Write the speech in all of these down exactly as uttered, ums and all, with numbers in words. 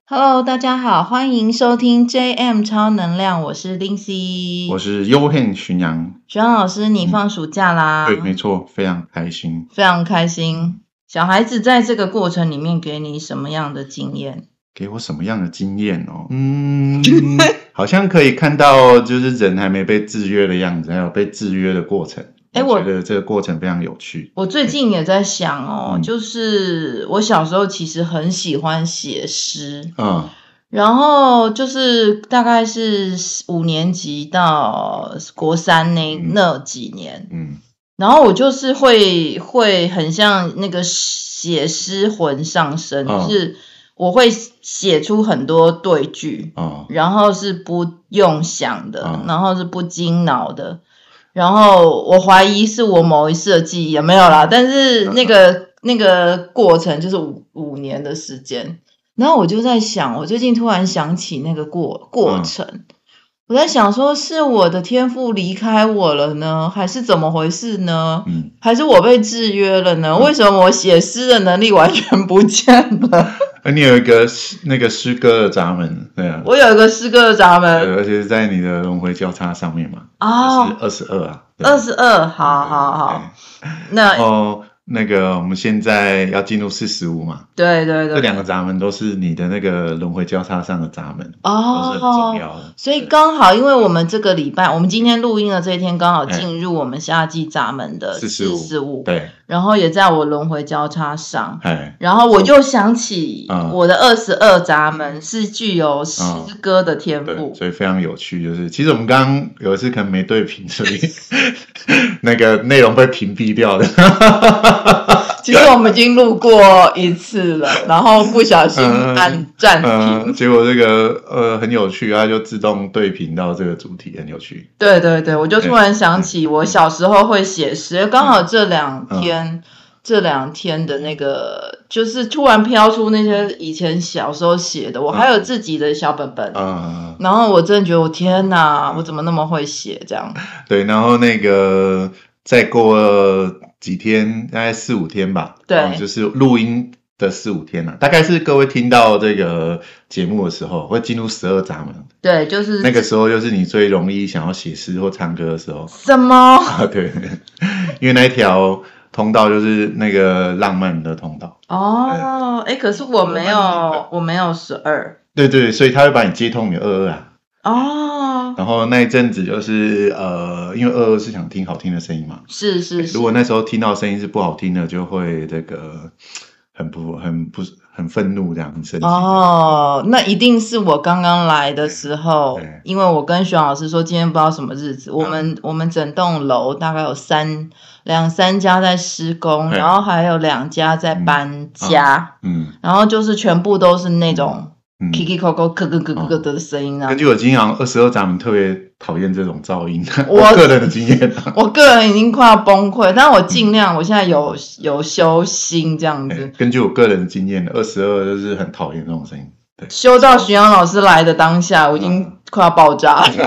Hello， 大家好，欢迎收听 J M 超能量，我是 Lindsay， 我是悠恨巡洋。 徐阳老师，你放暑假啦？ 嗯、对，没错，非常开心， 非常开心。小孩子在这个过程里面给你什么样的经验？ 给我什么样的经验哦？嗯，好像可以看到，就是人还没被制约的样子，还有被制约的过程。 诶我觉得这个过程非常有趣。 我最近也在想哦， 嗯、 就是我小时候其实很喜欢写诗， 嗯， 然后就是大概是五年级到国三那、嗯、那几年，嗯，然后我就是会会很像那个写诗魂上身，就、哦、是我会写出很多对句，哦，然后是不用想的，哦，然后是不经脑的。然后我怀疑是我某一次的记忆也没有啦，但是那个那个过程就是五五年的时间。然后我就在想，我最近突然想起那个过过程，嗯，我在想说是我的天赋离开我了呢，还是怎么回事呢？嗯，还是我被制约了呢？嗯，为什么我写诗的能力完全不见了？ 你有一个那个诗歌的闸门，对啊， 我有一个诗歌的闸门， 而且是在你的轮回交叉上面嘛， 哦， 二十二啊， 二十二，好好好，那哦。那个我们现在要进入四十五嘛， 对对对， 这两个闸门都是你的那个轮回交叉上的闸门，哦，都是很重要的。 所以刚好因为我们这个礼拜，我们今天录音的这一天刚好进入我们夏季闸门的四十五， 对， 然后也在我轮回交叉上，然后我就想起我的二十二闸门是具有诗歌的天赋， 嗯，所以非常有趣。就是其实我们刚刚有一次可能没对屏，所以那个内容被屏蔽掉的。 其实我们已经录过一次了，然后不小心按暂停， 嗯嗯，结果这个呃很有趣，它就自动对屏到这个主题，很有趣。 对对对，我就突然想起我小时候会写诗，刚好这两天、嗯、这两天的那个就是突然飘出那些以前小时候写的，我还有自己的小本本，嗯，然后我真的觉得我天哪，我怎么那么会写这样？ 对，然后那个再过几天，大概四五天吧，对，哦，就是录音的四五天了，啊，大概是各位听到这个节目的时候，会进入十二闸门， 对，就是那个时候，就是你最容易想要写诗或唱歌的时候。 什么？ 啊，对，因为那一条通道就是那个浪漫的通道。 哦，哎，可是我没有，我没有十二。 对对，所以他会把你接通你二二啊。 哦， 然后那一阵子就是呃，因为二二是想听好听的声音嘛， 是是是。 如果那时候听到声音是不好听的，就会这个很不很不很愤怒这样很生气。 哦，那一定是我刚刚来的时候，因为我跟徐老师说今天不知道什么日子，我们、嗯、我们整栋楼大概有三两三家在施工，然后还有两家在搬家，嗯，嗯然后就是全部都是那种。嗯，Kiki Coco 咯咯咯咯咯的声音啊！ 根据我经常二十二闸门特别讨厌这种噪音，我个人的经验， 啊，我个人已经快要崩溃，但我尽量，嗯，我现在有有修心这样子。 欸，根据我个人的经验，二十二就是很讨厌这种声音。对， 修到徐阳老师来的当下，我已经快要爆炸了。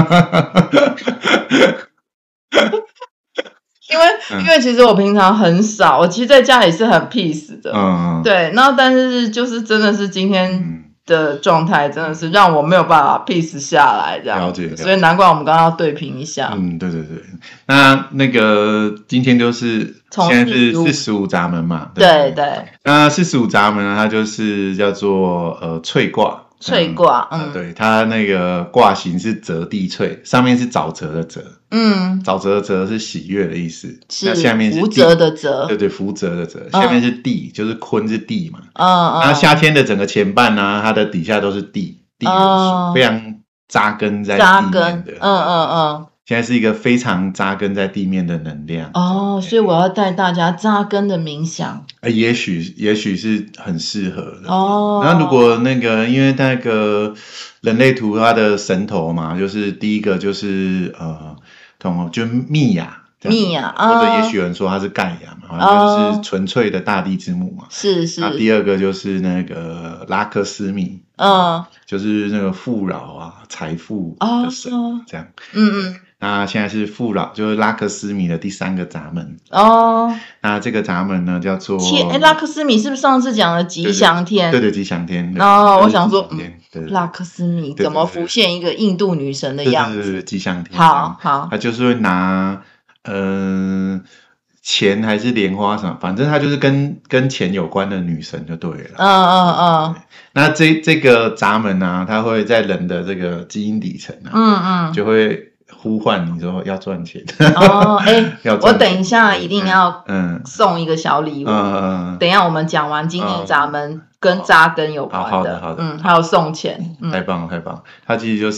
因为、嗯、因为其实我平常很少，我其实在家里是很 peace 的，嗯，对，然后但是就是真的是今天的状态真的是让我没有办法 peace 下来这样， 了解，了解， 所以难怪我们刚刚要对评一下。 嗯，对对对，那那个今天就是现在是四十五闸门嘛， 对 对, 对， 那四十五闸门呢，它就是叫做呃翠卦。 翠卦，嗯， 嗯对，它那个卦形是泽地翠，上面是沼泽的泽，嗯，沼泽的泽是喜悦的意思， 是那下面是福泽的泽， 对对，福泽的泽，下面是地，嗯，就是坤是地嘛， 嗯嗯， 然后夏天的整个前半呢，啊，它的底下都是地，地元素，嗯，非常扎根在地面的， 嗯嗯嗯。 现在是一个非常扎根在地面的能量哦，所以我要带大家扎根的冥想， 呃、也许也许是很适合的哦。然后如果那个因为那个人类图它的神头嘛，就是第一个就是呃，同就密亚。 密亚， 或者也许有人说它是盖亚嘛，哦，就是纯粹的大地之母嘛。 是是。 那第二个就是那个拉克斯密，嗯，就是那个富饶啊、财富的神，哦，这样。 嗯嗯。 那现在是富饶，就是拉克斯米的第三个闸门哦。 那这个闸门呢，叫做哎，拉克斯米是不是上次讲的吉祥天？ 对对，吉祥天。 哦，我想说，嗯，拉克斯米怎么浮现一个印度女神的样子？ 对对对，吉祥天。 好好， 他就是会拿，嗯、呃。钱还是莲花什么，反正他就是跟跟钱有关的女神就对了。 嗯嗯嗯。 那这这个闸门啊，它会在人的这个基因底层啊，嗯嗯，就会呼唤你说要赚钱。 哦，哎、欸，我等一下一定要嗯送一个小礼物。嗯嗯。等一下我们讲完今天闸门跟扎根有关的， 好的好的， 嗯，还有送钱。 嗯、太棒了太棒了，它其实就是。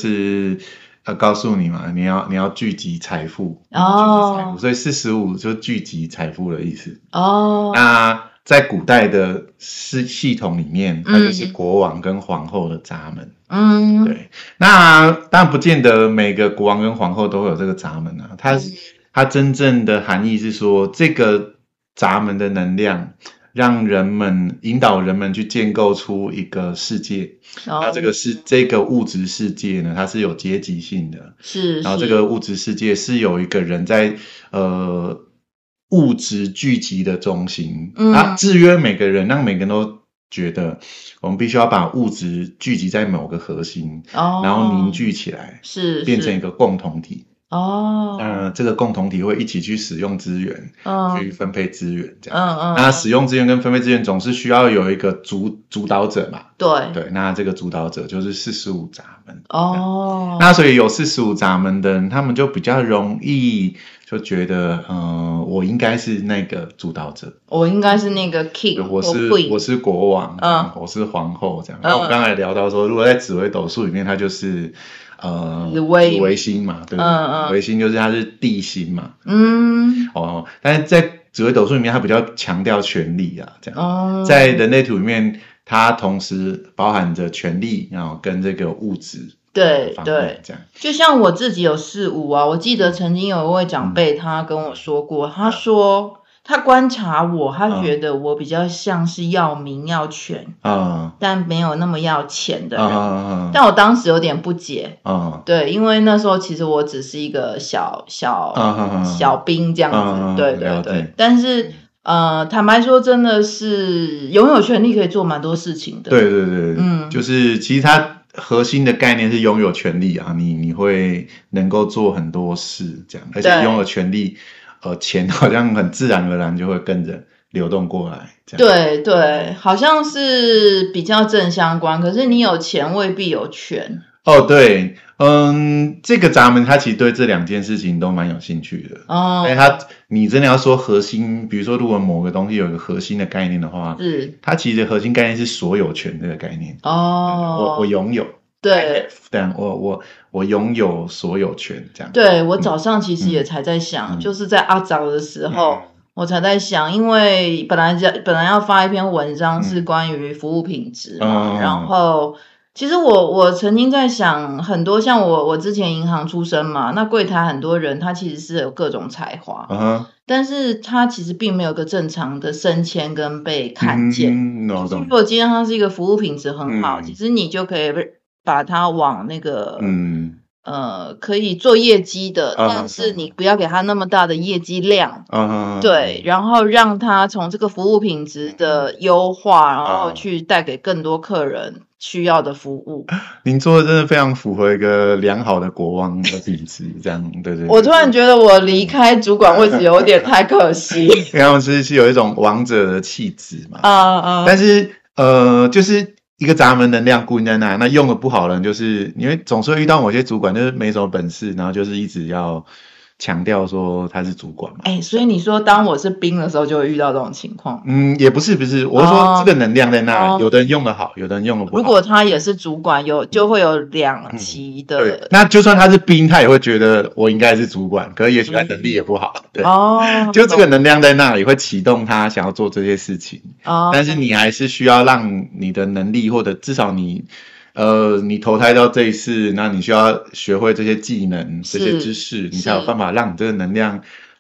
要告诉你嘛，你要你要聚集财富哦，聚集财富，所以四十五就聚集财富的意思哦。那在古代的系系统里面，它就是国王跟皇后的闸门。嗯，对。那当然不见得每个国王跟皇后都会有这个闸门啊。它它真正的含义是说，这个闸门的能量。让人们引导人们去建构出一个世界，那、oh. 这个是这个物质世界呢，它是有阶级性的， 是， 然后这个物质世界是有一个人在呃物质聚集的中心，嗯，它制约每个人，让每个人都觉得我们必须要把物质聚集在某个核心，哦、oh. ，然后凝聚起来， 是， 变成一个共同体。 哦， 嗯，这个共同体会一起去使用资源，嗯，去分配资源，这样，嗯嗯，那使用资源跟分配资源总是需要有一个主主导者嘛， 对对，那这个主导者就是四十五闸门，哦，那所以有四十五闸门的人，他们就比较容易就觉得，嗯、呃，我应该是那个主导者， 我应该是那个 king， 我是我是国王，嗯，我是皇后这样。那、嗯、我们刚才聊到说，如果在紫微斗数里面，它就是呃紫微紫微星嘛，对不对？嗯嗯，紫微星就是它是地星嘛，嗯，哦，但是在紫微斗数里面，它比较强调权力啊，这样。哦，在人类图里面，它同时包含着权力，然后跟这个物质。 对对，这样就像我自己有四五啊，我记得曾经有一位长辈他跟我说过，他说他观察我，他觉得我比较像是要名要权啊，但没有那么要钱的人，啊、但我当时有点不解啊，对，因为那时候其实我只是一个小小、啊、小兵这样子，啊、对对对，但是。呃，坦白说，真的是拥有权利可以做蛮多事情的。 对对对，嗯，就是其实它核心的概念是拥有权利啊，你你会能够做很多事这样，而且拥有权利，呃，钱好像很自然而然就会跟着流动过来。这样对对，好像是比较正相关，可是你有钱未必有权。 哦，对，嗯，这个闸门他其实对这两件事情都蛮有兴趣的哦。哎，他你真的要说核心，比如说如果某个东西有一个核心的概念的话，是它其实核心概念是所有权这个概念哦。我我拥有， 对， 对，我我我拥有所有权这样。 对，我早上其实也才在想，嗯、就是在阿早的时候。嗯我才在想，因为本来本来要发一篇文章是关于服务品质嘛，嗯、然后其实我我曾经在想，很多像我我之前银行出身嘛，那柜台很多人他其实是有各种才华，嗯、但是他其实并没有个正常的升迁跟被看见。嗯、如果今天他是一个服务品质很好，嗯、其实你就可以把它往那个嗯。呃，可以做业绩的，uh-huh. 但是你不要给他那么大的业绩量， uh-huh. 对，然后让他从这个服务品质的优化，然后去带给更多客人需要的服务。 您做的真的非常符合一个良好的国王的品质，这样对对。 我突然觉得我离开主管位置有点太可惜，因为他们是是有一种王者的气质嘛，啊啊，但是呃，就是。一个闸门能量固定在那，那用的不好的人，就是因为总是会遇到某些主管，就是没什么本事，然后就是一直要强调说他是主管嘛。 哎、欸，所以你说当我是兵的时候，就会遇到这种情况。 嗯，也不是不是，我是说这个能量在那，哦、有的人用的好，有的人用的不好。 如果他也是主管，有就会有两极的、嗯。 对，那就算他是兵，他也会觉得我应该是主管，可是也许他能力也不好。对，哦，就这个能量在那里会启动他想要做这些事情。哦，但是你还是需要让你的能力，或者至少你。呃，你投胎到这一世，那你需要学会这些技能、这些知识，你才有办法让你这个能量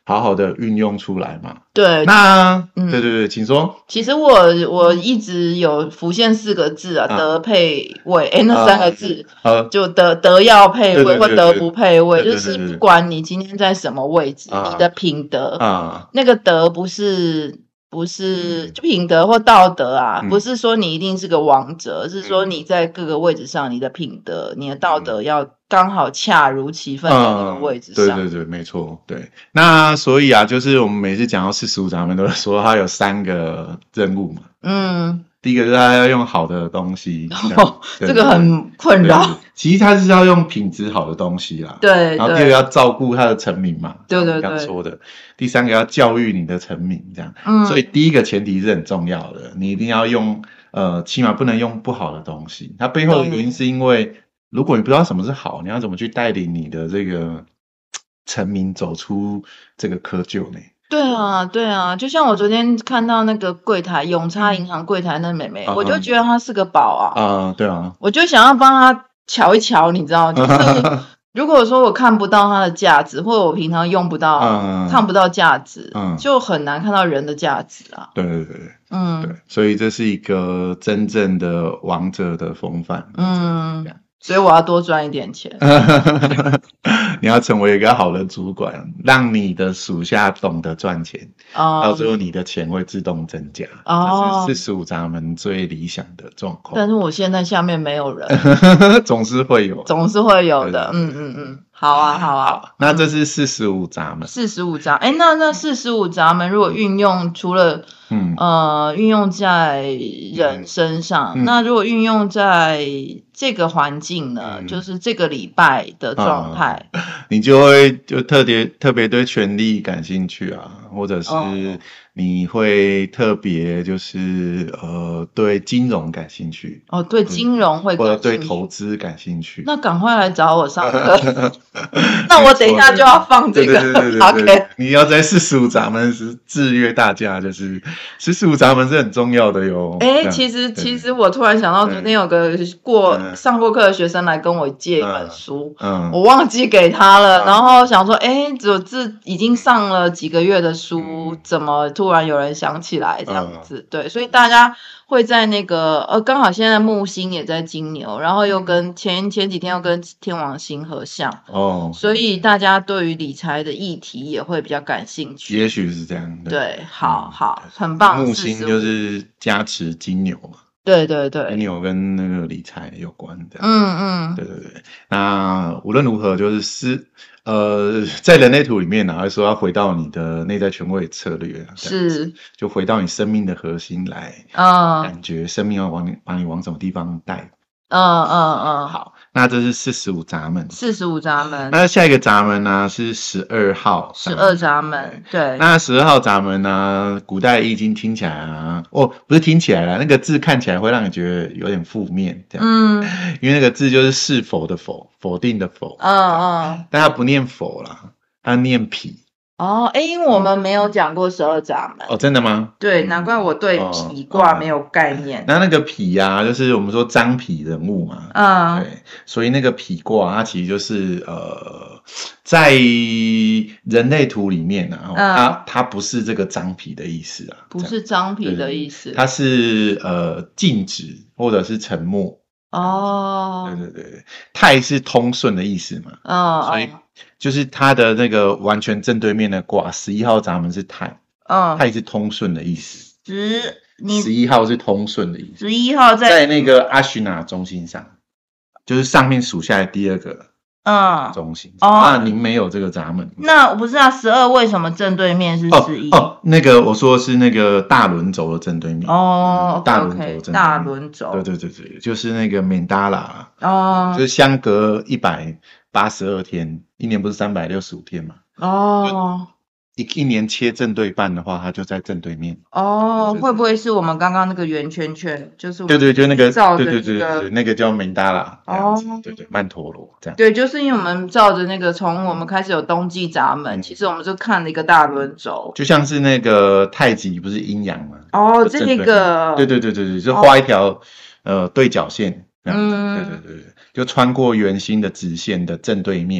好好的运用出来嘛。 对， 那、嗯、对对对，请说。 其实我我一直有浮现四个字啊，啊德配位，哎，那三个字，呃、啊，就德德要配位，对对对对或德不配位，对对对对就是不管你今天在什么位置，啊、你的品德啊，那个德不是。不是就品德或道德啊、嗯，不是说你一定是个王者，嗯、是说你在各个位置上，你的品德、你的道德要刚好恰如其分在那个位置上。 嗯、对对对，没错，对。那所以啊，就是我们每次讲到四十五闸门，都说它有三个任务嘛。嗯。第一个就是他要用好的东西， 哦、这个很困扰。 其实他是要用品质好的东西啦。 对。 然后第二个要照顾他的臣民嘛。 对对对。 刚说的。第三个要教育你的臣民，这样。嗯。所以第一个前提是很重要的，你一定要用呃，起码不能用不好的东西。它背后的原因是因为，如果你不知道什么是好，你要怎么去带领你的这个臣民走出这个窠臼呢？ 对啊，对啊，就像我昨天看到那个柜台永差银行柜台那妹妹，嗯、我就觉得她是个宝啊。 啊、嗯，对啊。 我就想要帮她瞧一瞧，你知道，就是如果说我看不到她的价值，或者我平常用不到、嗯、看不到价值、嗯，就很难看到人的价值啊。 对对对，嗯，对，所以这是一个真正的王者的风范。嗯。 所以我要多赚一点钱。 你要成为一个好的主管，让你的属下懂得赚钱，哦、到最后你的钱会自动增加。哦，这是四十五闸门最理想的状况。 但是我现在下面没有人， 总是会有， 总是会有的。嗯嗯嗯，好啊好啊。 好，那这是四十五闸门。 四十五闸，哎，那那四十五闸门如果运用，除了嗯呃运用在人身上，嗯、那如果运用在这个环境呢、嗯，就是这个礼拜的状态、 嗯，你就会就特别特别对权力感兴趣啊，或者是你会特别就是呃对金融感兴趣哦，对金融会感兴趣， 或者对投资感兴趣， 那赶快来找我上课。那我等一下就要放这个。 对对对对对对 ，OK， 你要在四十五闸门是制约大家，就是四十五闸门是很重要的哟。 哎，其实其实我突然想到，昨天有个过。上过课的学生来跟我借一本书，嗯，我忘记给他了，嗯、然后想说，哎，我这已经上了几个月的书，嗯、怎么突然有人想起来这样子？嗯、对，所以大家会在那个呃，刚好现在木星也在金牛，然后又跟前前几天又跟天王星合相，哦，所以大家对于理财的议题也会比较感兴趣。 也许是这样， 对，对好好，很棒。 木星就是加持金牛嘛。 对对对， 金牛跟那个理财有关的，嗯嗯，对对对。那无论如何，就是是呃，在人类图里面呢、啊，还说要回到你的内在权威策略、啊，是，就回到你生命的核心来，啊、嗯，感觉生命要往你把你往什么地方带。嗯嗯嗯，好，那这是四十五闸门， 四十五闸门。 那下一个闸门呢、啊、是十二号， 十二闸门，对。 那十二号闸门呢、啊，古代易经听起来啊，哦，不是听起来啦，那个字看起来会让你觉得有点负面，这样，嗯，因为那个字就是是否的否，否定的否，嗯嗯，但它不念否啦，它念否。 哦，哎，因为我们没有讲过十二闸门哦，真的吗？ 对，难怪我对否卦没有概念。 哦哦、那那个否啊，就是我们说张否人物嘛，嗯，对，所以那个否卦它其实就是呃，在人类图里面啊，嗯、它它不是这个张否的意思啊， 不是张否的意思， 它是呃静止或者是沉默。哦，对对对，太是通顺的意思嘛，哦，所以就是它的那个完全正对面的卦，十一号闸门是太，哦，太是通顺的意思，十你十一号是通顺的意思， 十一号在在那个阿许纳中心上，就是上面数下来第二个。嗯，中心哦，那您没有这个闸门， 那不是啊？十二为什么正对面是十一？ 哦哦，那个我说的是那个大轮轴的正对面哦， 嗯、大轮轴正对面，大轮轴， 对对对对，就是那个曼达拉哦，就是相隔一百八十二天，一年不是三百六十五天嘛？哦。一一年切正对半的话，它就在正对面。 哦，会不会是我们刚刚那个圆圈圈？就是对对，就那个照着、那个、对对对对，那个叫曼达拉。哦，对对，曼陀罗这样。 对，就是因为我们照着那个，从我们开始有冬季闸门，嗯、其实我们就看了一个大轮轴， 就像是那个太极不是阴阳吗？ 哦，这个。 对对对对对，就画一条、哦、呃对角线。嗯，对对对对，就穿过圆心的直线的正对面。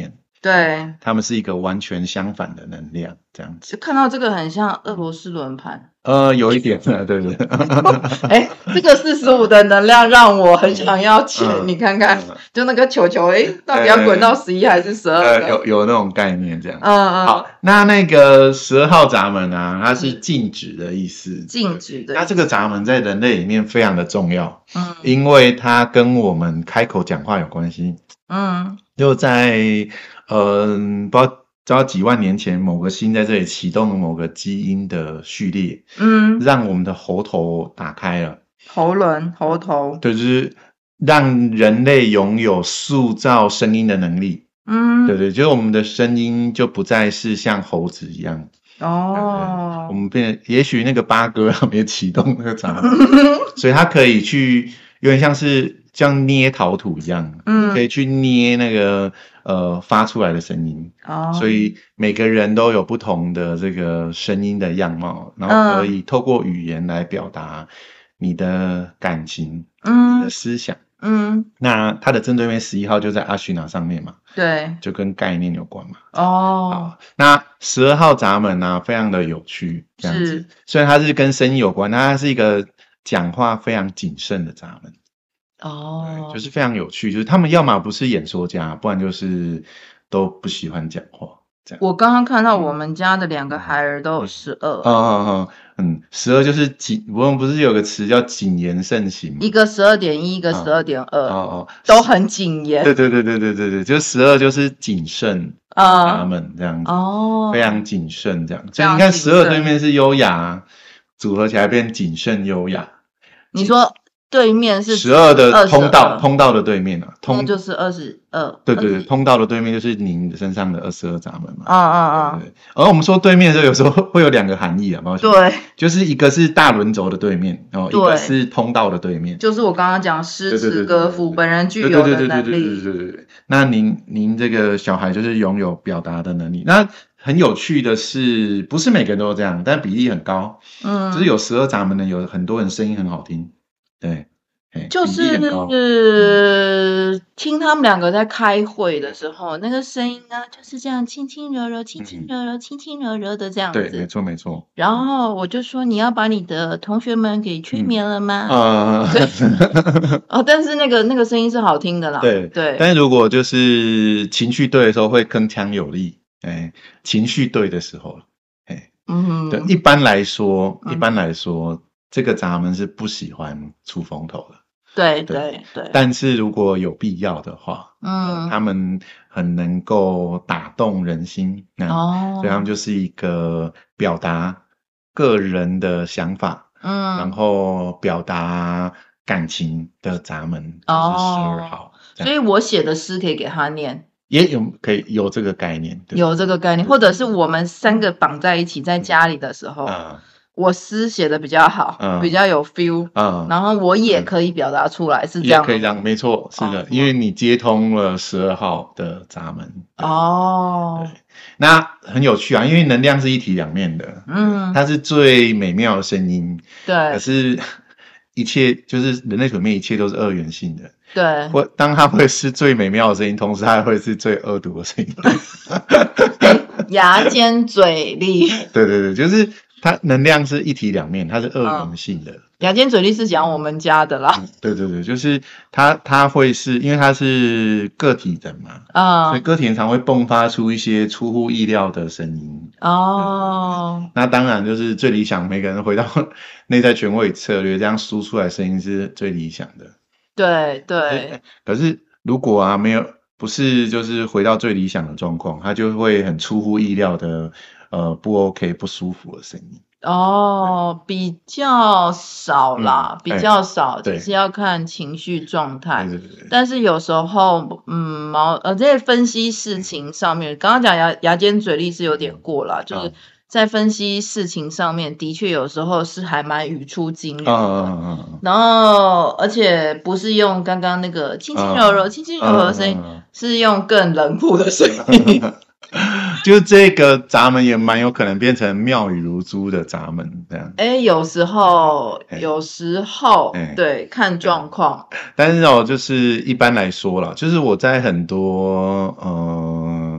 对， 他们是一个完全相反的能量，这样子。 看到这个很像俄罗斯轮盘。 呃，有一点的，对对。 哎，这个四十五的能量让我很想要钱，嗯、你看看，嗯、就那个球球，哎，到底要滚到十一还是十二、 呃？有有那种概念这样。 嗯嗯。 好，那那个十二号闸门啊，它是静止的意思。 静止的。 那这个闸门在人类里面非常的重要，嗯，因为它跟我们开口讲话有关系。嗯，就在呃，不知道。知道几万年前，某个星在这里启动了某个基因的序列，嗯，让我们的喉头打开了， 喉轮、喉头， 对，就是让人类拥有塑造声音的能力，嗯，对对，就是我们的声音就不再是像猴子一样，哦，我们变，也许那个八哥他没启动那个闸门，所以他可以去，有点像是像捏陶土一样，嗯，可以去捏那个。呃，发出来的声音，哦，所以每个人都有不同的这个声音的样貌，然后可以透过语言来表达你的感情，嗯，你的思想，嗯，那它的正对面十一号就在阿须拿上面嘛， 对， 就跟概念有关嘛，哦，好，那十二号闸门呢，啊，非常的有趣，这样子，虽然它是跟声音有关，但它是一个讲话非常谨慎的闸门。哦，就是非常有趣，就是他们要么不是演说家，不然就是都不喜欢讲话。这样， 我刚刚看到我们家的两个孩儿都有十二。 嗯嗯嗯嗯，十二就是谨，我们不是有个词叫谨言慎行， 一个十二点一，一个十二点二，哦哦，都很谨言。 对对对对对对对，就十二就是谨慎他们这样子，哦，非常谨慎这样。所以你看，十二对面是优雅，组合起来变谨慎优雅。 你说。对面是十二的通道，通道的对面啊， 通就是二十二。 对对对，通道的对面就是您身上的二十二闸门嘛。 啊啊啊！ 而我们说对面的时候，有时候会有两个含义啊，抱歉。 对， 就是一个是大轮轴的对面，然后一个是通道的对面。 就是我刚刚讲诗词歌赋本人具有的能力。 对对对对对对。那您您这个小孩就是拥有表达的能力。那很有趣的是，不是每个人都这样，但比例很高。嗯，就是有十二闸门的，有很多人声音很好听。对。 就是呃，听他们两个在开会的时候，那个声音呢，就是这样轻轻柔柔、轻轻柔柔、轻轻柔柔的这样子。 对，没错没错。 然后我就说，你要把你的同学们给催眠了吗？ 啊、嗯， 对。哦，但是那个那个声音是好听的啦。 对对。但是如果就是情绪对的时候，会铿锵有力。哎，情绪对的时候，哎，嗯，对。一般来说，一般来说，嗯、这个闸门是不喜欢出风头的。 对对对， 但是如果有必要的话，嗯，他们很能够打动人心，哦，所以他们就是一个表达个人的想法，嗯，然后表达感情的闸门，就是十二号。 所以我写的诗可以给他念， 也有可以有这个概念， 有这个概念，或者是我们三个绑在一起在家里的时候。嗯，我诗写的比较好，嗯，比较有 feel，嗯，然后我也可以表达出来，嗯，是这样吗？ 也可以这样，没错，是的，哦，因为你接通了十二号的闸门。哦，那很有趣啊，因为能量是一体两面的，嗯，它是最美妙的声音， 对， 可是一切就是人类里面一切都是二元性的， 对， 或当它会是最美妙的声音，同时它会是最恶毒的声音， 牙尖嘴利， 对对对，就是它能量是一体两面，它是二元性的。嗯， 牙尖嘴利是讲我们家的啦。 嗯，对对对，就是它它会是因为它是个体人嘛，啊，嗯，所以个体人常会迸发出一些出乎意料的声音。哦，那当然就是最理想，每个人回到内在权威策略，这样输出来声音是最理想的。 对对。 可是如果啊没有不是就是回到最理想的状况，它就会很出乎意料的。呃，不 OK， 不舒服的声音哦，比较少啦，嗯，比较少，只是要看情绪状态。对对对。但是有时候，嗯，毛呃，在分析事情上面，刚刚讲牙牙尖嘴利是有点过啦，就是在分析事情上面，的确有时候是还蛮语出惊人的。嗯嗯嗯。然后，而且不是用刚刚那个轻轻柔柔、轻轻柔柔的声音，是用更冷酷的声音。 就这个闸门也蛮有可能变成妙语如珠的闸门这样。 哎，有时候，有时候，对，看状况。 但是哦，就是一般来说啦，就是我在很多呃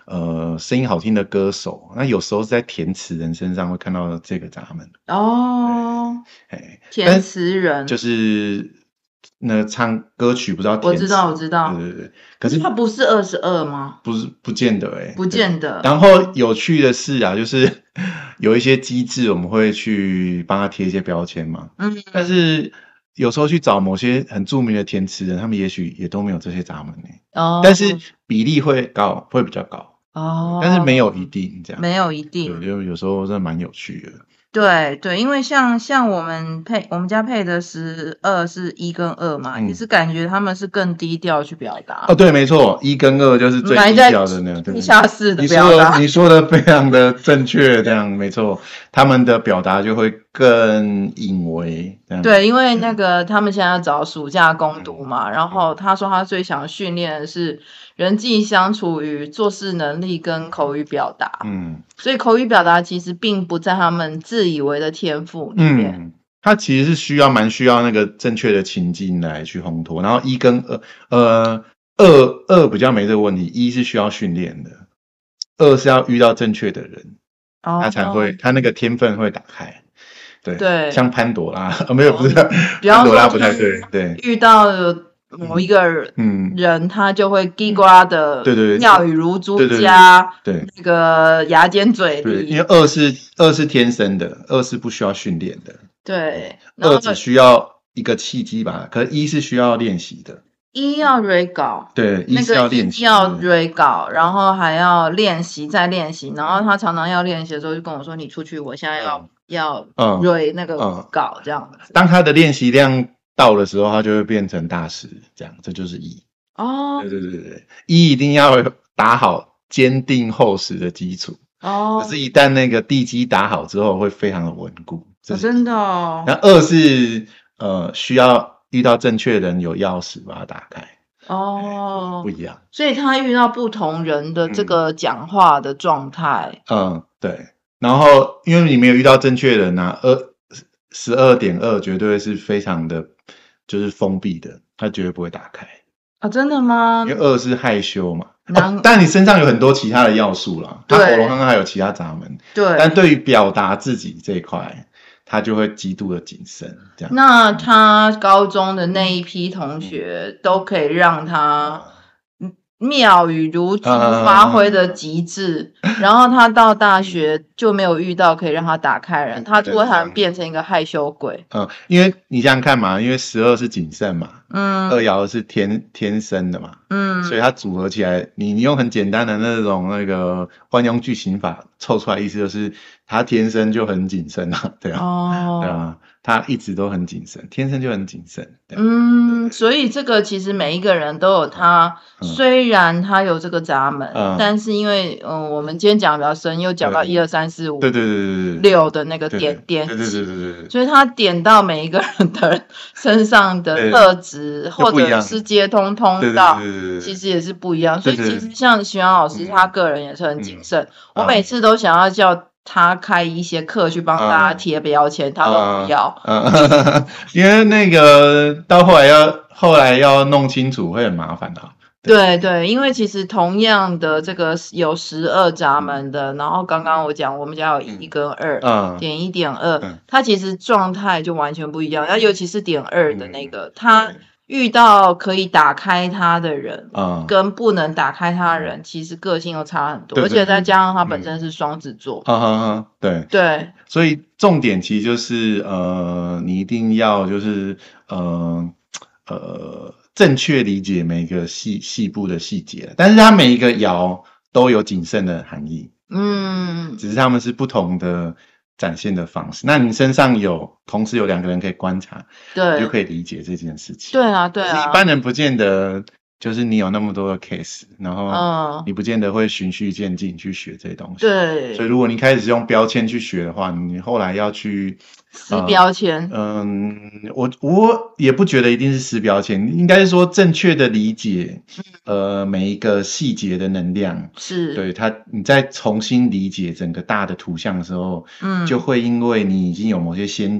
呃声音好听的歌手，那有时候是在填词人身上会看到这个闸门哦，填词人就是那唱歌曲不知道填词， 我知道我知道， 对对对，可是他不是二十二吗？ 不是，不见得哎、欸， 不见得。 然后有趣的是啊，就是有一些机制我们会去帮他贴一些标签嘛，嗯，但是有时候去找某些很著名的填词人，他们也许也都没有这些闸门哎、欸，哦，但是比例会高，会比较高哦，但是没有一定这样， 没有一定， 对，就有时候真的蛮有趣的。 对对，因为像像我们配我们家配的十二是一跟二嘛，其实感觉他们是更低调去表达。 哦，对，没错，一跟二就是最低调的那地下室的表达。你说的非常的正确，这样没错，他们的表达就会更隐微。 对，因为那个他们现在要找暑假攻读嘛，然后他说他最想训练的是人际相处与做事能力跟口语表达。嗯，所以口语表达其实并不在他们自以为的天赋里面。 嗯，他其实是需要蛮需要那个正确的情境来去烘托，然后一跟二，呃，二二比较没这个问题，一是需要训练的，二是要遇到正确的人，哦、他才会他那个天分会打开。对对，像潘朵拉，呃、没有不是、哦、潘朵拉不太对，对， 遇到某一个人，嗯，人他就会叽呱的， 对对， 妙语如珠加， 对， 那个牙尖嘴利。 对，因为二是二是天生的，二是不需要训练的， 对， 二只需要一个契机吧，可是一是需要练习的。 一要 re 稿， 对，一是要练习， 要 re 稿，然后还要练习再练习，然后他常常要练习的时候就跟我说：“你出去，我现在要、嗯、要 re 那个稿这样子。嗯” 当他的练习量到的时候，他就会变成大师，这样这就是一。哦，对对对对，一一定要打好坚定厚实的基础。哦，可是，一旦那个地基打好之后，会非常的稳固。 哦、真的哦。 那二是呃需要。遇到正确人有钥匙把它打开哦，不一样， 所以他遇到不同人的这个讲话的状态， 嗯, 嗯，对。然后因为你没有遇到正确人啊，二十二点二绝对是非常的，就是封闭的，它绝对不会打开啊，真的吗？ 因为二是害羞嘛，哦、但你身上有很多其他的要素啦，他喉咙刚刚还有其他闸门， 对。 但对于表达自己这一块。他就会极度的谨慎，这样。 那他高中的那一批同学都可以让他妙语如珠发挥的极致，嗯、然后他到大学就没有遇到可以让他打开人，他突然变成一个害羞鬼。 嗯，因为你想想看嘛，因为十二是谨慎嘛，嗯，二爻是天天生的嘛，嗯，所以它组合起来，你你用很简单的那种那个万用句型法凑出来，意思就是他天生就很谨慎啊，对啊，哦、对啊，他一直都很谨慎，天生就很谨慎。 嗯，所以这个其实每一个人都有他，嗯、虽然他有这个闸门，嗯、但是因为嗯、呃，我们今天讲的比较深，又讲到一二三四五， 对对对对对， 六的那个点点， 对对对对对对， 所以他点到每一个人的身上的特质，或者是接通通道，其实也是不一样。所以其实像徐阳老师，他个人也是很谨慎，嗯、我每次都想要叫他开一些课去帮大家贴标签，嗯、他都不要， 嗯嗯、因为那个到后来要后来要弄清楚会很麻烦的、啊。 对对，因为其实同样的这个有十二闸门的，然后刚刚我讲我们家有一跟二，嗯、点一点二，嗯、它其实状态就完全不一样。那尤其是点二的那个，他遇到可以打开他的人，嗯、跟不能打开他的人，其实个性又差很多，对对对，而且再加上他本身是双子座， 嗯嗯嗯、对对， 所以重点其实就是呃，你一定要就是呃呃。正确理解每个细细部的细节，但是它每一个爻都有谨慎的含义，嗯，只是他们是不同的展现的方式。那你身上有同时有两个人可以观察，对，就可以理解这件事情。 对啊，对啊， 一般人不见得就是你有那么多的 case， 然后你不见得会循序渐进去学这些东西。 对， 所以如果你开始用标签去学的话，你后来要去撕标签。 呃、嗯，我我也不觉得一定是撕标签，应该是说正确的理解，呃，每一个细节的能量是对它，你再重新理解整个大的图像的时候，嗯，就会因为你已经有某些先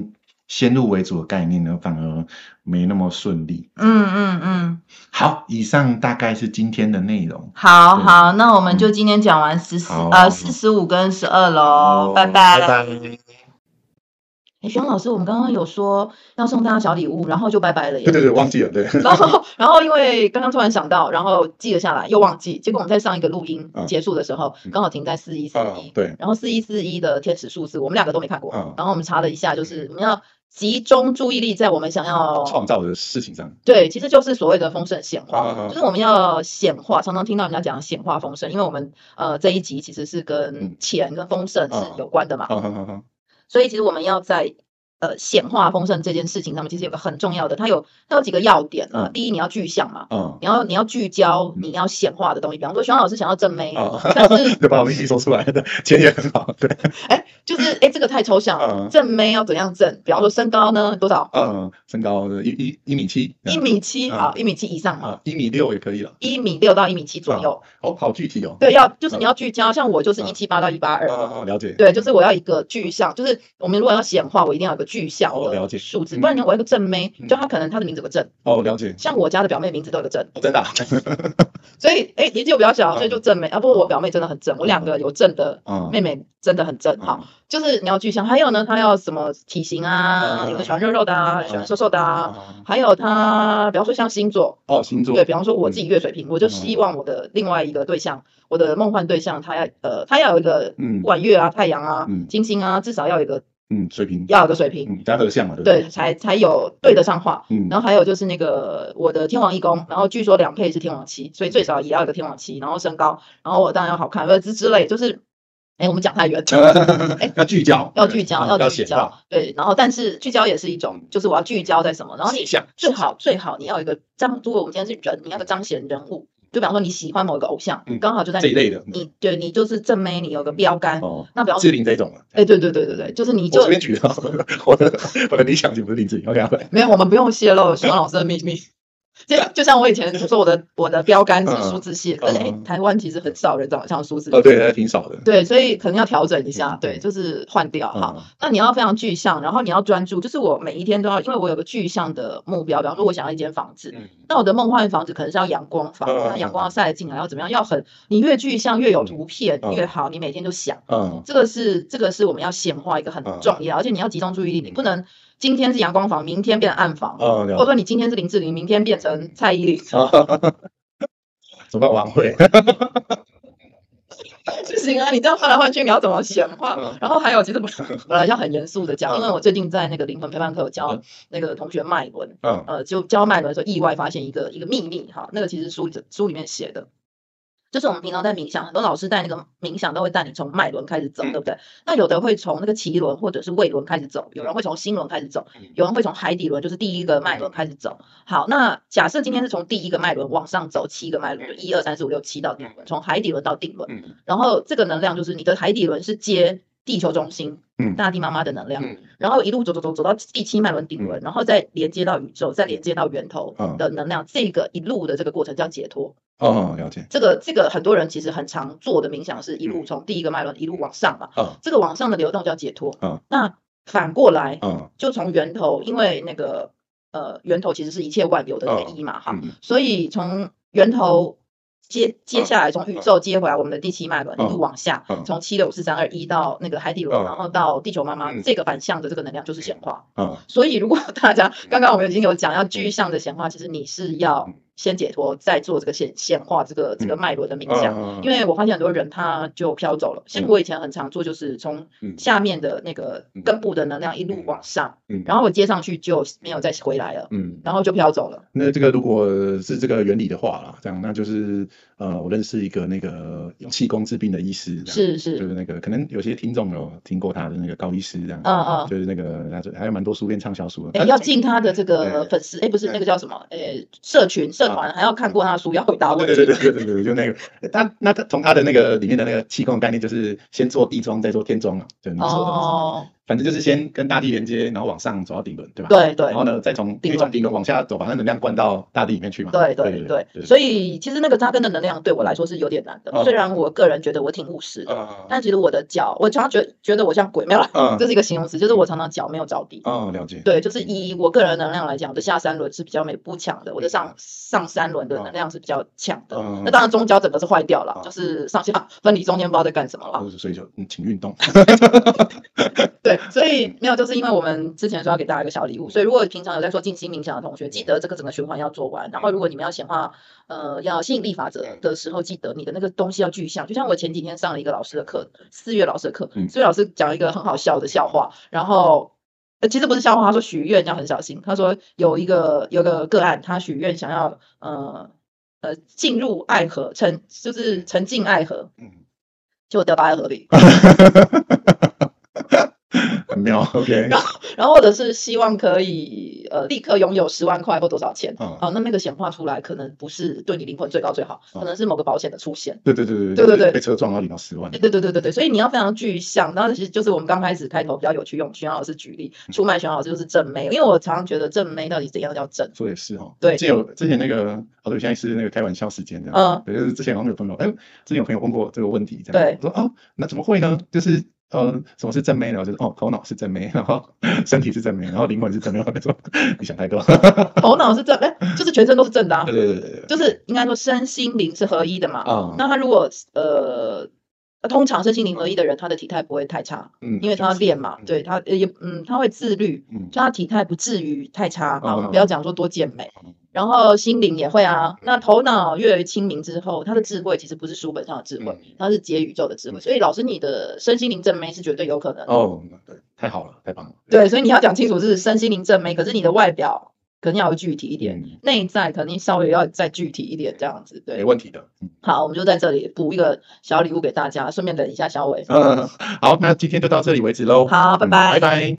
先入为主的概念呢，反而没那么顺利。 嗯嗯嗯。 好，以上大概是今天的内容。 好好，那我们就今天讲完十四、嗯、呃四十五跟十二喽，拜拜。 拜拜。 哎，徐阳老师，我们刚刚有说要送大家小礼物，然后就拜拜了耶。 对对对，忘记了，对。 然后，然后因为刚刚突然想到，然后记了下来，又忘记，结果我们在上一个录音结束的时候，嗯、刚好停在四一四一。对。然后四一四一的天使数字，我们两个都没看过。嗯。然后我们查了一下，就是我们要集中注意力在我们想要创造的事情上。 对，其实就是所谓的丰盛显化，啊、就是我们要显化。常常听到人家讲显化丰盛，因为我们呃这一集其实是跟钱跟丰盛是有关的嘛。嗯嗯嗯嗯。所以其实我们要在呃，显化丰盛这件事情上面，其实有个很重要的，它有它有几个要点啊。嗯、第一，你要具象嘛，嗯，你要你要聚焦你要显化的东西。比方说，徐老师想要正妹，嗯、但是就把我们一起说出来的，钱也很好，对。 哎，就是哎，这个太抽象了。嗯、正妹要怎样正？比方说身高呢，多少？ 嗯，身高一一一米七， 一米七，好，一米七以上嘛， 一米六也可以了， 一米六到一米七左右。 哦，好具体哦。 对，要就是你要聚焦，像我就是一七八到一八二。 哦，了解。 对，就是我要一个具象，就是我们如果要显化，我一定要有个具象的。 了解。 数字，不然你我一个正妹，就他可能他的名字有个正哦，了解。 像我家的表妹名字都有个正， 哦、真的、啊。 所以哎，年纪又比较小，所以就正妹啊。不过我表妹真的很正，我两个有正的妹妹真的很正。好，就是你要具象，还有呢，她要什么体型啊？有的喜欢肉肉的啊，喜欢瘦瘦的啊。还有她，比方说像星座哦，星座对， 比方说我自己月水瓶，我就希望我的另外一个对象，我的梦幻对象，他要呃，他要有一个不管月啊、太阳啊、金星啊，至少要有一个。 嗯，水平要有个水平， 嗯，加合相嘛，对不对？ 对，才才有对得上话。嗯，然后还有就是那个我的天王一宫，然后据说两配是天王七，所以最少也要有个天王七，然后身高，然后我当然要好看，或者之类，就是，哎，我们讲太远， 哎，要聚焦， 要聚焦，要聚焦，对，然后但是聚焦也是一种，就是我要聚焦在什么，然后你最好最好你要有一个彰，如果我们今天是人，你要个彰显人物。就比方说你喜欢某一个偶像，嗯、刚好就在这一类的， 你对你就是正妹，你有个标杆。哦，那比方志玲这种， 哎，对对对对对，就是你就我这边举的，我的我的理想型不是林志颖 ，OK， 没有，我们不用泄露徐老师的秘密。就就像我以前说我的我的标杆是数字系，而且、嗯、台湾其实很少人长得像数字系， 哦，对，还挺少的， 对，所以可能要调整一下，对，就是换掉哈、嗯。那你要非常具象，然后你要专注，就是我每一天都要，因为我有个具象的目标，比方说我想要一间房子，嗯、那我的梦幻房子可能是要阳光房，那、嗯、阳光要晒进来，要怎么样？要很你越具象越有图片、嗯、越好，你每天就想，嗯，这个是这个是我们要显化一个很重要，而且你要集中注意力，你不能。今天是阳光房，明天变成暗房，哦、或者说你今天是林志玲，明天变成蔡依林， 怎么办？晚会不行啊！你这样换来换去，你要怎么显化？嗯、然后还有，其实本来要很严肃的讲，因为我最近在那个灵魂陪伴课教那个同学脉轮，嗯、呃，就教脉轮的时候，意外发现一个一个秘密哈，那个其实书书里面写的。就是我们平常在冥想，很多老师带那个冥想都会带你从脉轮开始走，对不对？那有的会从那个脐轮或者是胃轮开始走，有人会从心轮开始走，有人会从海底轮，就是第一个脉轮开始走。好，那假设今天是从第一个脉轮往上走七个脉轮，就一二三四五六七到顶轮，从海底轮到顶轮，然后这个能量就是你的海底轮是接地球中心，嗯，大地妈妈的能量，嗯，然后一路走走走走到第七脉轮顶轮，然后再连接到宇宙，再连接到源头的能量，这个一路的这个过程叫解脱。 哦，了解。 这个这个很多人其实很常做的冥想是一路从第一个脉轮一路往上嘛，嗯，这个往上的流动叫解脱。嗯，那反过来，嗯，就从源头，因为那个呃源头其实是一切万有的那个一嘛，哈，嗯，所以从源头。接接下来从宇宙接回来我们的第七脉轮，一路往下，从七六四三二一到那个海底轮，然后到地球妈妈，这个反向的这个能量就是显化。所以如果大家刚刚我们已经有讲要具象的显化，其实你是要先解脱，再做这个显显化这个这个脉轮的冥想。因为我发现很多人他就飘走了，像我以前很常做，就是从下面的那个根部的能量一路往上，然后我接上去就没有再回来了，嗯，然后就飘走了。 那这个如果是这个原理的话啦，这样那就是。呃，我认识一个那个用气功治病的医师， 是是， 就是那个可能有些听众有听过他的那个高医师这样， 嗯嗯， 就是那个他还有蛮多书店畅销书的， 哎，要进他的这个粉丝，哎，不是那个叫什么，哎，社群社团，还要看过他的书，要回答问题， 对对对对对，就那个他那他从他的那个里面的那个气功概念，就是先做地桩，再做天桩嘛，就你说的。哦反正就是先跟大地连接，然后往上走到顶轮，对吧？ 对对。 然后呢，再从顶轮顶轮往下走，把那能量灌到大地里面去嘛。 对对 对, 对, 对。所以其实那个扎根的能量对我来说是有点难的，嗯、虽然我个人觉得我挺务实的，嗯、但其实我的脚，我常常觉得觉得我像鬼，没有啦，嗯、这是一个形容词，就是我常常脚没有着地。 哦，了解。 对，就是以我个人能量来讲，我的下三轮是比较没不强的，我的上上三轮的能量是比较强的。嗯、那当然中焦整个是坏掉了，嗯、就是上下分离中间不知道在干什么了。 所以就、嗯、请运动。 对，所以没有，就是因为我们之前说要给大家一个小礼物，所以如果平常有在做静心冥想的同学，记得这个整个循环要做完。然后如果你们要显化呃要吸引力法则的时候，记得你的那个东西要具象。就像我前几天上了一个老师的课，四月老师的课，四月老师讲一个很好笑的笑话，然后呃其实不是笑话，他说许愿要很小心。他说有一个有个个案，他许愿想要呃呃进入爱河，沉就是沉浸爱河，嗯，结果掉到爱河里。 很妙 ，OK 然后，然后或者是希望可以呃立刻拥有十万块或多少钱，嗯、哦，那那个显化出来可能不是对你灵魂最高最好，嗯、可能是某个保险的出现。 对对对对对对对， 被车撞到领到十万。 对对对对对，所以你要非常具象。然后其实就是我们刚开始开头比较有趣，用徐阳老师举例，出卖徐阳老师就是正妹，因为我常常觉得正妹到底怎样叫正？ 说也是哦。 对， 之前有之前那个哦对，现在是那个开玩笑时间这样。嗯，对，就是之前好像有朋友，哎，之前有朋友问过这个问题，这样。对，我说哦，那怎么会呢？就是。呃，什么是正妹呢？就是哦，头脑是正妹，然后身体是正妹，然后灵魂是正妹。我说你想太多。 头脑是正，哎，就是全身都是正的啊。 对对对对， 就是应该说身心灵是合一的嘛。啊、嗯，那他如果呃，通常身心灵合一的人，他的体态不会太差，嗯，因为他要练嘛，嗯、对他也嗯，他会自律，嗯，所以他体态不至于太差。好，嗯、不要讲说多健美。嗯，然后心灵也会啊，那头脑越清明之后，他的智慧其实不是书本上的智慧，它是接宇宙的智慧。所以老师，你的身心灵正妹是绝对有可能的。 哦，对，太好了，太棒了。 对，所以你要讲清楚是身心灵正妹，可是你的外表肯定要具体一点，嗯、内在肯定稍微要再具体一点，这样子。对， 没问题的。嗯、 好，我们就在这里补一个小礼物给大家，顺便等一下小伟。 嗯，好，那今天就到这里为止喽。 好，拜拜， 拜拜。